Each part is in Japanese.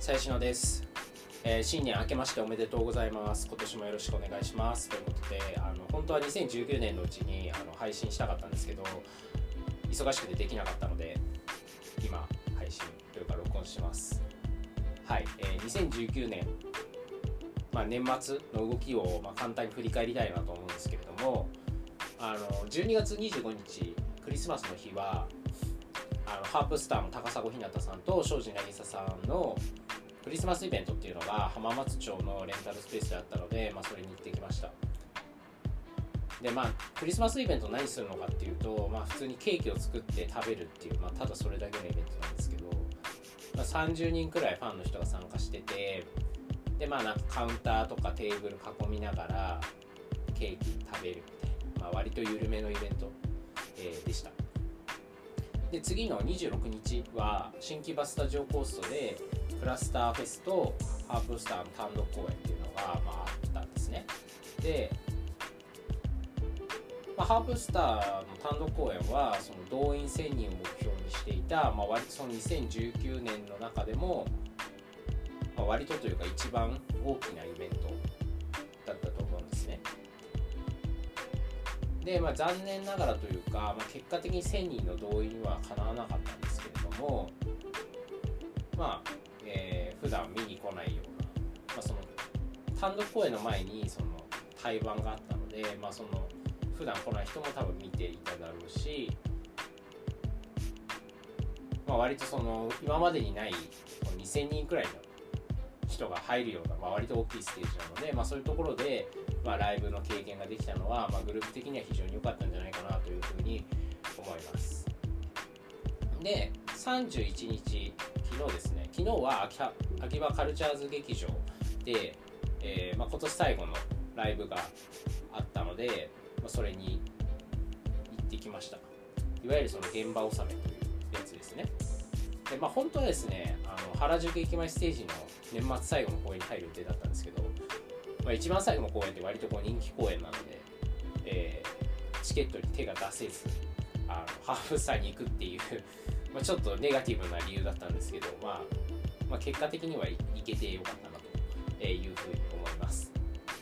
最新のです。新年明けましておめでとうございます。今年もよろしくお願いします。ということで、本当は2019年のうちに配信したかったんですけど、忙しくてできなかったので、今、配信というか録音してます。はい、2019年、年末の動きを簡単に振り返りたいなと思うんですけれども、12月25日、クリスマスの日は、ハープスターの高砂ひなたさんと庄司渚さんのクリスマスイベントっていうのが浜松町のレンタルスペースであったので、それに行ってきました。でクリスマスイベント何するのかっていうと、普通にケーキを作って食べるっていう、ただそれだけのイベントなんですけど、30人くらいファンの人が参加してて、でカウンターとかテーブル囲みながらケーキ食べるみたいな、割と緩めのイベント、でした。で次の26日は新木場スタジオコーストでクラスターフェスとハープスターの単独公演っていうのがあったんですね。で、ハープスターの単独公演はその動員1000人を目標にしていた、割とその2019年の中でも、割とというか一番大きなイベントだったと思うんですね。で残念ながらというか、結果的に1000人の動員はかなわなかったんですけれども、普段見に来ないような、その単独公演の前にその対バンがあったので、その普段来ない人も多分見ていただろうし、割とその今までにない2000人くらいの人が入るような、割と大きいステージなので、そういうところで、ライブの経験ができたのは、グループ的には非常に良かったんじゃないかなというふうに思います。で31日、昨日ですね、昨日は秋葉カルチャーズ劇場で、今年最後のライブがあったので、それに行ってきました。いわゆるその現場納めというやつですね。で本当はですね、原宿駅前ステージの年末最後の公演に入る予定だったんですけど、一番最後の公演って割と人気公演なので、チケットに手が出せずハーフスターに行くっていうちょっとネガティブな理由だったんですけど、結果的には行けてよかったなというふうに思います。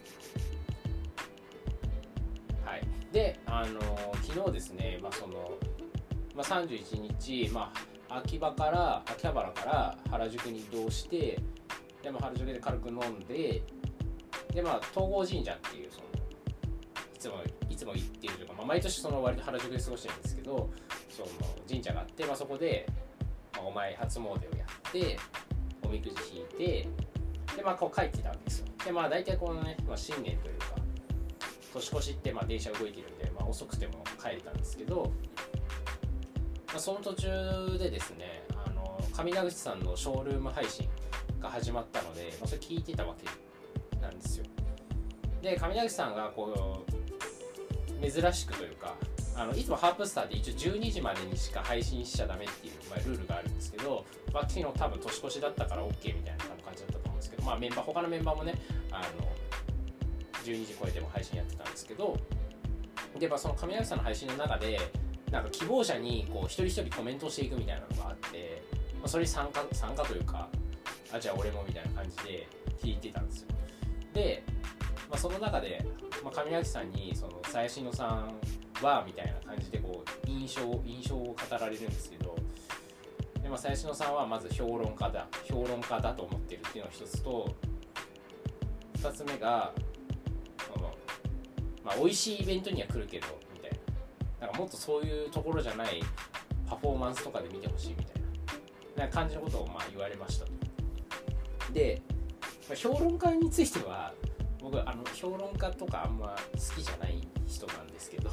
はい、で昨日ですね、その31日、秋葉原から原宿に移動して、で原宿で軽く飲んで、で東郷神社っていうそのいつも行っているというか、毎年その割と原宿で過ごしてるんですけど、その神社があって、そこで、お前初詣をやっておみくじ引いて、でこう帰ってたわけですよ。で大体このね、新年というか年越しって電車動いてるんで、遅くても帰れたんですけど、その途中でですね、上田口さんのショールーム配信が始まったので、それ聞いてたわけなんですよ。で上田口さんがこう珍しくというか、いつもハープスターって一応12時までにしか配信しちゃダメっていう、ルールがあるんですけど、昨日多分年越しだったから OK みたいな感じだったと思うんですけど、他のメンバーもね、12時超えても配信やってたんですけど、でその上田口さんの配信の中で希望者にこう一人一人コメントをしていくみたいなのがあって、それに参加というか、じゃあ俺もみたいな感じで聞いてたんですよ。で、その中で、上田口さんにその最新のさんはみたいな感じでこう印象を語られるんですけど、で最新のさんはまず評論家だと思ってるっていうのが一つと、二つ目が美味しいイベントには来るけどみたいな、もっとそういうところじゃないパフォーマンスとかで見てほしいみたいな感じのことを言われましたと。で、評論家については僕評論家とかあんま好きじゃない人なんですけど、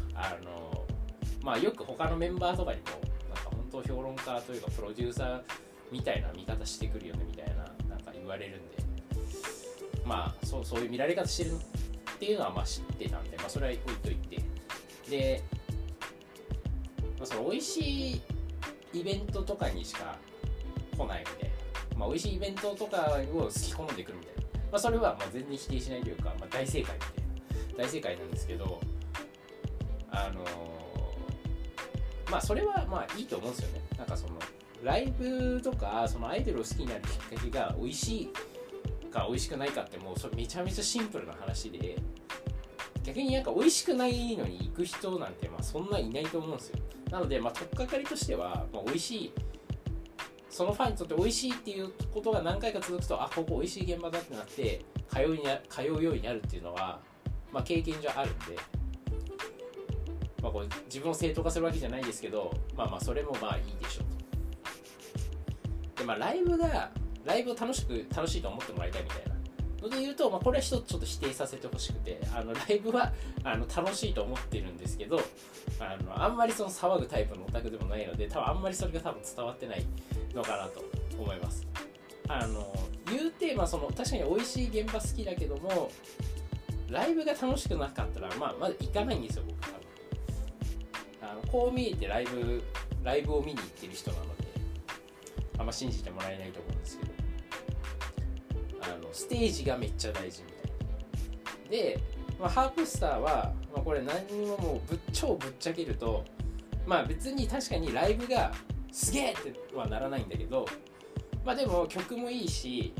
よく他のメンバーとかにも本当評論家というかプロデューサーみたいな見方してくるよねみたいな言われるんで、そういう見られ方してるっていうのは知ってたんで、それは置いといて、で、その美味しいイベントとかにしか来ないみたいな、美味しいイベントとかを好き好んでくるみたいな、それは全然否定しないというか、大正解みたいな大正解なんですけど、それはいいと思うんですよね。そのライブとかそのアイドルを好きになるきっかけが美味しいか美味しくないかってもうそれめちゃめちゃシンプルな話で、逆になんか美味しくないのに行く人なんてそんないないと思うんですよ。なので取っかかりとしては、美味しい、そのファンにとって美味しいっていうことが何回か続くと、ここ美味しい現場だってなって通うようになるっていうのは、経験上あるんで、こう自分を正当化するわけじゃないですけど、それもいいでしょうと。で、ライブを楽しいと思ってもらいたいみたいなので言うと、これは一つちょっと否定させてほしくて、ライブは楽しいと思ってるんですけど、あんまりその騒ぐタイプのオタクでもないので、あんまりそれが伝わってないのかなと思います。言うて、その確かに美味しい現場好きだけども、ライブが楽しくなかったらまだ行かないんですよ、僕多分。こう見えてライブを見に行ってる人なので、あんま信じてもらえないと思うんですけど、ステージがめっちゃ大事みたいな。で、ハープスターは、これ何にももう超ぶっちゃけると、別に確かにライブがすげえってはならないんだけど、でも曲もいいし、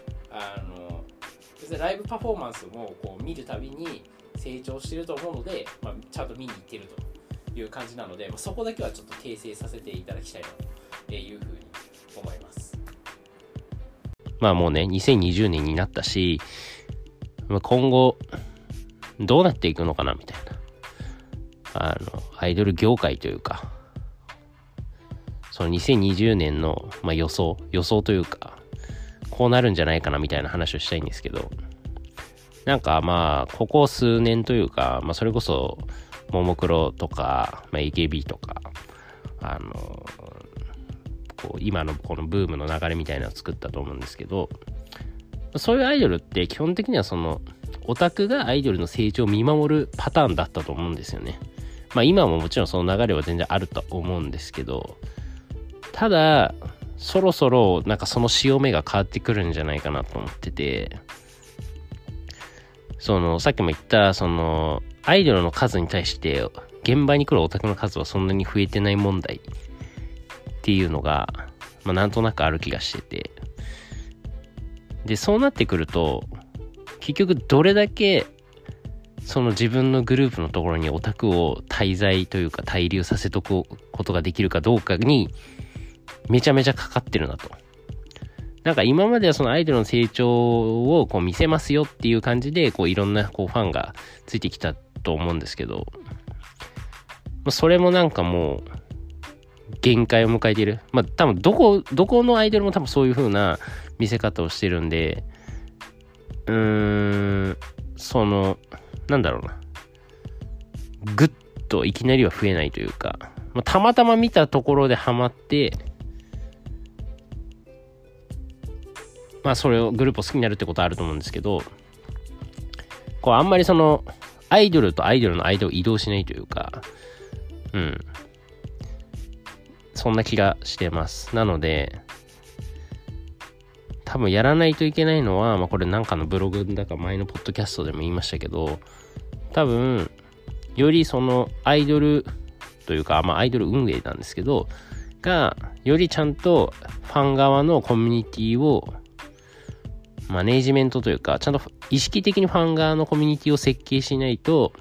別にライブパフォーマンスもこう見るたびに成長してると思うので、ちゃんと見に行ってるという感じなので、そこだけはちょっと訂正させていただきたいなというふうに思います。 もうね、2020年になったし、今後どうなっていくのかなみたいな、アイドル業界というか、その2020年の、予想というか、こうなるんじゃないかなみたいな話をしたいんですけど、なんかここ数年というか、それこそももクロとか、AKB とか、こう今のこのブームの流れみたいなのを作ったと思うんですけど、そういうアイドルって基本的にはそのオタクがアイドルの成長を見守るパターンだったと思うんですよね。今ももちろんその流れは全然あると思うんですけど、ただそろそろなんかその潮目が変わってくるんじゃないかなと思ってて、そのさっきも言ったそのアイドルの数に対して現場に来るオタクの数はそんなに増えてない問題っていうのが、なんとなくある気がしてて、でそうなってくると結局どれだけその自分のグループのところにオタクを滞在というか滞留させとくことができるかどうかにめちゃめちゃかかってるなと。なんか今まではそのアイドルの成長をこう見せますよっていう感じでこういろんなこうファンがついてきたと思うんですけど、それもなんかもう限界を迎えている。多分どこのアイドルも多分そういう風な見せ方をしてるんで、そのなんだろうな、ぐっといきなりは増えないというか、たまたま見たところでハマって、それをグループを好きになるってことはあると思うんですけど、こうあんまりそのアイドルとアイドルの間を移動しないというか、そんな気がしてます。なので多分やらないといけないのは、これなんかのブログだか前のポッドキャストでも言いましたけど、多分よりそのアイドルというか、アイドル運営なんですけどがよりちゃんとファン側のコミュニティをマネージメントというか、ちゃんと意識的にファン側のコミュニティを設計しないと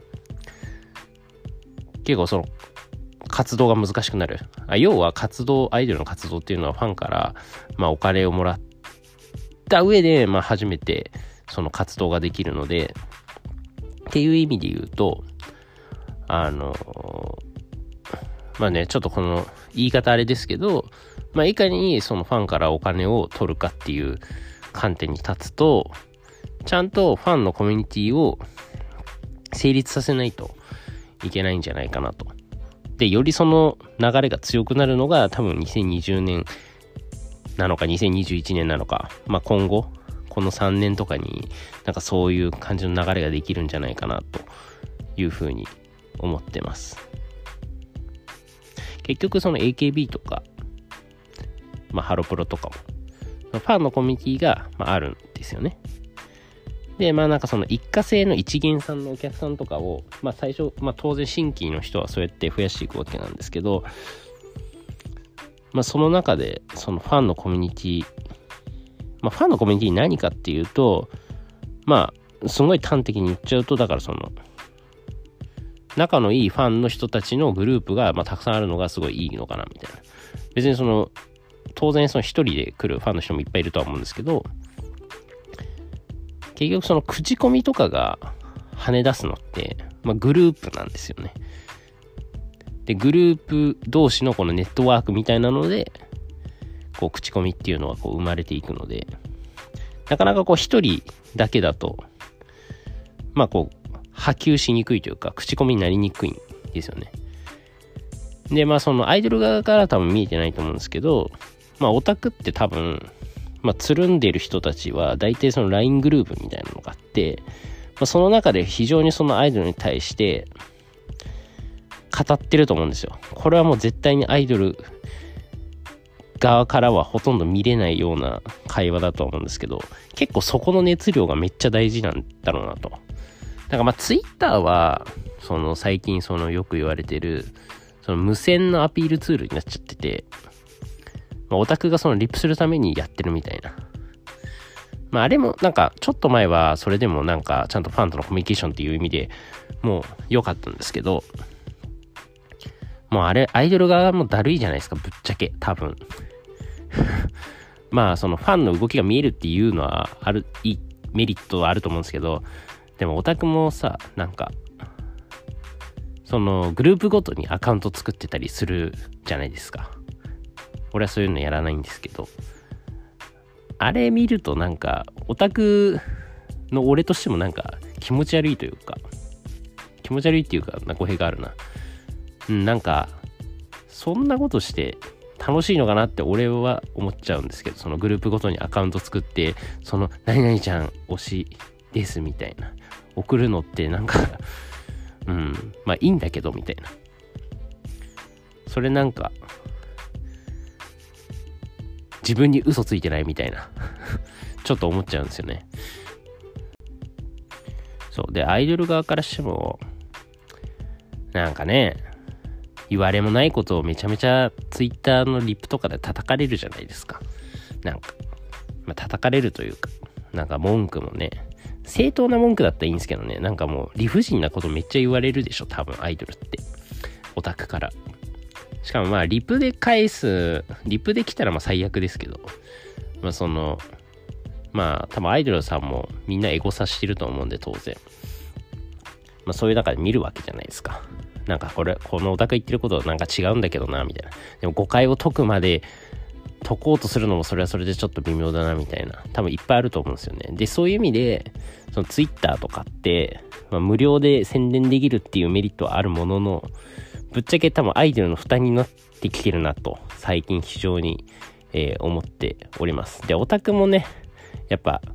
結構その活動が難しくなる。要はアイドルの活動っていうのはファンからお金をもらった上で初めてその活動ができるので、っていう意味で言うとちょっとこの言い方あれですけど、いかにそのファンからお金を取るかっていう観点に立つと、ちゃんとファンのコミュニティを成立させないといけないんじゃないかなと。で、よりその流れが強くなるのが多分2020年なのか2021年なのか、今後この3年とかになんかそういう感じの流れができるんじゃないかなというふうに思ってます。結局その AKB とか、ハロプロとかもファンのコミュニティがあるんですよね。で、なんかその一過性の一元さんのお客さんとかを、最初、当然新規の人はそうやって増やしていくわけなんですけど、 まあその中でそのファンのコミュニティ、まあファンのコミュニティ何かっていうと、まあすごい端的に言っちゃうと、だからその仲のいいファンの人たちのグループがまあたくさんあるのがすごいいいのかなみたいな。別にその当然その一人で来るファンの人もいっぱいいるとは思うんですけど、結局その口コミとかが跳ね出すのって、まあ、グループなんですよね。でグループ同士のこのネットワークみたいなのでこう口コミっていうのはこう生まれていくので、なかなかこう一人だけだとまあこう波及しにくいというか口コミになりにくいんですよね。でまあそのアイドル側から多分見えてないと思うんですけど、まあオタクって多分まあつるんでる人たちは大体その LINE グループみたいなのがあって、まあ、その中で非常にそのアイドルに対して語ってると思うんですよ。これはもう絶対にアイドル側からはほとんど見れないような会話だと思うんですけど、結構そこの熱量がめっちゃ大事なんだろうなと。だからまあツイッターはその最近そのよく言われてるその無線のアピールツールになっちゃってて、まあ、オタクがそのリップするためにやってるみたいな。まああれもなんかちょっと前はそれでもなんかちゃんとファンとのコミュニケーションっていう意味でもう良かったんですけど、もうあれアイドル側もだるいじゃないですか、ぶっちゃけ多分まあそのファンの動きが見えるっていうのはあるいいメリットはあると思うんですけど、でもオタクもさなんかそのグループごとにアカウント作ってたりするじゃないですか。俺はそういうのやらないんですけど、あれ見るとなんかオタクの俺としてもなんか気持ち悪いというか、気持ち悪いっていうか語弊があるな。なんかそんなことして楽しいのかなって俺は思っちゃうんですけど、そのグループごとにアカウント作ってその何々ちゃん推しですみたいな送るのってなんかまあいいんだけどみたいな、それなんか自分に嘘ついてないみたいなちょっと思っちゃうんですよね。そうでアイドル側からしてもなんかね、言われもないことをめちゃめちゃツイッターのリップとかで叩かれるじゃないですか。なんか、まあ、叩かれるというか、なんか文句もね、正当な文句だったらいいんですけどね、なんかもう理不尽なことめっちゃ言われるでしょ、多分アイドルって。オタクから。しかもまあリプで返す、リプで来たらまあ最悪ですけど、まあその、まあ多分アイドルさんもみんなエゴサしてると思うんで当然。まあそういう中で見るわけじゃないですか。なんかこのオタク言ってることなんか違うんだけどなみたいな。でも誤解を解くまで解こうとするのもそれはそれでちょっと微妙だなみたいな、多分いっぱいあると思うんですよね。でそういう意味でそのツイッターとかって、まあ、無料で宣伝できるっていうメリットはあるものの、ぶっちゃけ多分アイドルの負担になってきてるなと最近非常に、思っております。でオタクもねやっぱ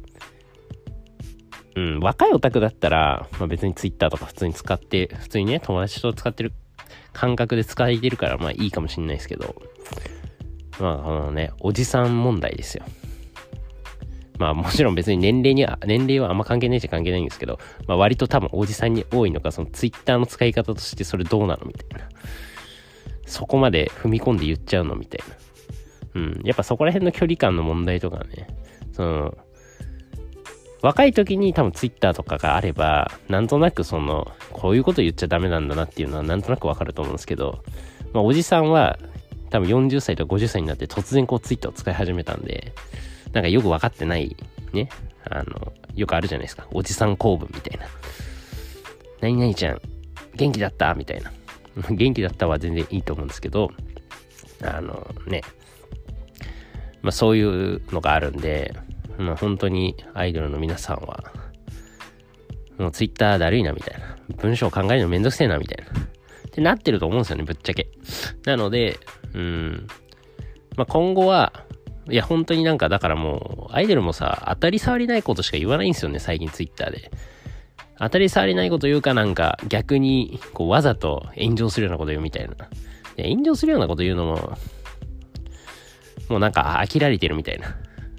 若いオタクだったら、まあ、別にツイッターとか普通に使って普通にね友達と使ってる感覚で使えてるからまあいいかもしれないですけど、まあこのねおじさん問題ですよ。まあもちろん別に年齢はあんま関係ないっちゃ関係ないんですけど、まあ割と多分おじさんに多いのがそのツイッターの使い方としてそれどうなのみたいな、そこまで踏み込んで言っちゃうのみたいな。やっぱそこら辺の距離感の問題とかね、その若い時に多分ツイッターとかがあればなんとなくそのこういうこと言っちゃダメなんだなっていうのはなんとなくわかると思うんですけど、まあおじさんは多分40歳とか50歳になって突然こうツイッターを使い始めたんで、なんかよく分かってないね、よくあるじゃないですか、おじさん公文みたいな、何々ちゃん元気だったみたいな元気だったは全然いいと思うんですけど、ね、まあそういうのがあるんで、まあ本当にアイドルの皆さんはもうツイッターだるいなみたいな、文章を考えるのめんどくせえなみたいなってなってると思うんですよね、ぶっちゃけ。なのでまあ今後はいや本当になんかだからもうアイドルもさ当たり障りないことしか言わないんですよね、最近ツイッターで。当たり障りないこと言うかなんか逆にこうわざと炎上するようなこと言うみたいな。炎上するようなこと言うのももうなんか飽きられてるみたいな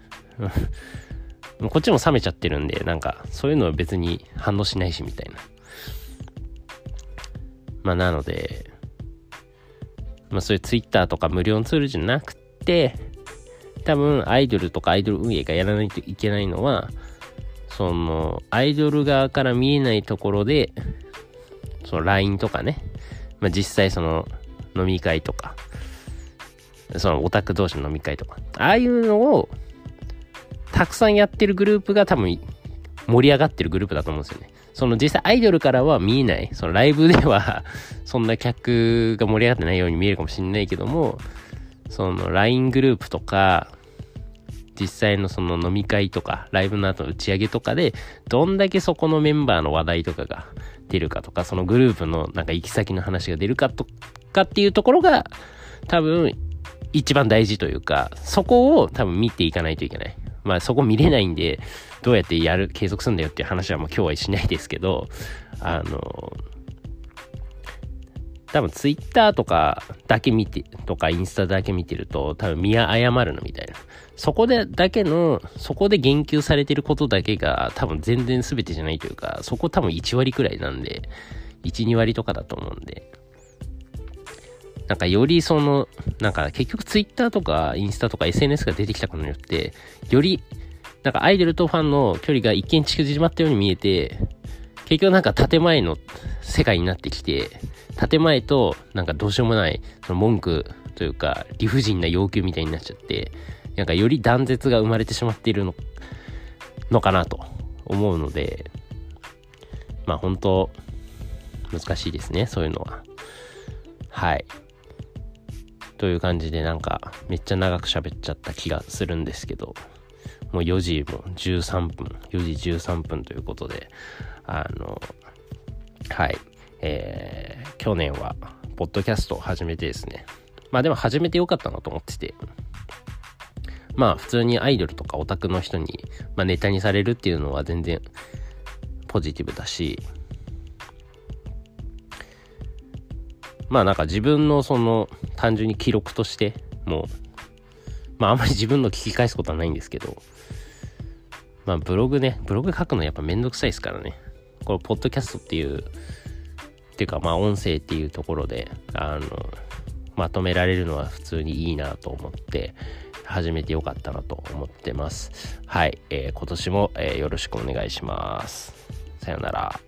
もうこっちも冷めちゃってるんで、なんかそういうのは別に反応しないしみたいな。まあなのでそういうツイッターとか無料のツールじゃなくて、多分アイドルとかアイドル運営がやらないといけないのは、そのアイドル側から見えないところで、その LINE とかね、実際その飲み会とか、そのオタク同士の飲み会とか、ああいうのをたくさんやってるグループが多分盛り上がってるグループだと思うんですよね。その実際アイドルからは見えない、そのライブではそんな客が盛り上がってないように見えるかもしれないけども、その LINE グループとか実際のその飲み会とかライブの後の打ち上げとかでどんだけそこのメンバーの話題とかが出るかとか、そのグループのなんか行き先の話が出るかとかっていうところが多分一番大事というか、そこを多分見ていかないといけない。そこ見れないんでどうやって継続するんだよっていう話はもう今日はしないですけど、多分ツイッターとかだけ見てとかインスタだけ見てると多分見誤るのみたいな、そこで言及されてることだけが多分全然全てじゃないというか、そこ多分1割くらいなんで 1,2 割とかだと思うんで、なんかよりそのなんか結局ツイッターとかインスタとか SNS が出てきたことによってよりなんかアイドルとファンの距離が一見縮まったように見えて、結局なんか建前の世界になってきて、建前となんかどうしようもないその文句というか理不尽な要求みたいになっちゃって、なんかより断絶が生まれてしまっているのかなと思うので、本当難しいですね、そういうのは。はい。という感じでなんかめっちゃ長く喋っちゃった気がするんですけど、もう4時13分ということで、はい。去年はポッドキャストを始めてですね、でも始めてよかったなと思ってて、普通にアイドルとかオタクの人に、ネタにされるっていうのは全然ポジティブだし、なんか自分のその単純に記録としてもうあんまり自分の聞き返すことはないんですけど、ブログ書くのやっぱめんどくさいですからね。このポッドキャストっていう音声っていうところでまとめられるのは普通にいいなと思って始めてよかったなと思ってます。はい、今年も、よろしくお願いします。さよなら。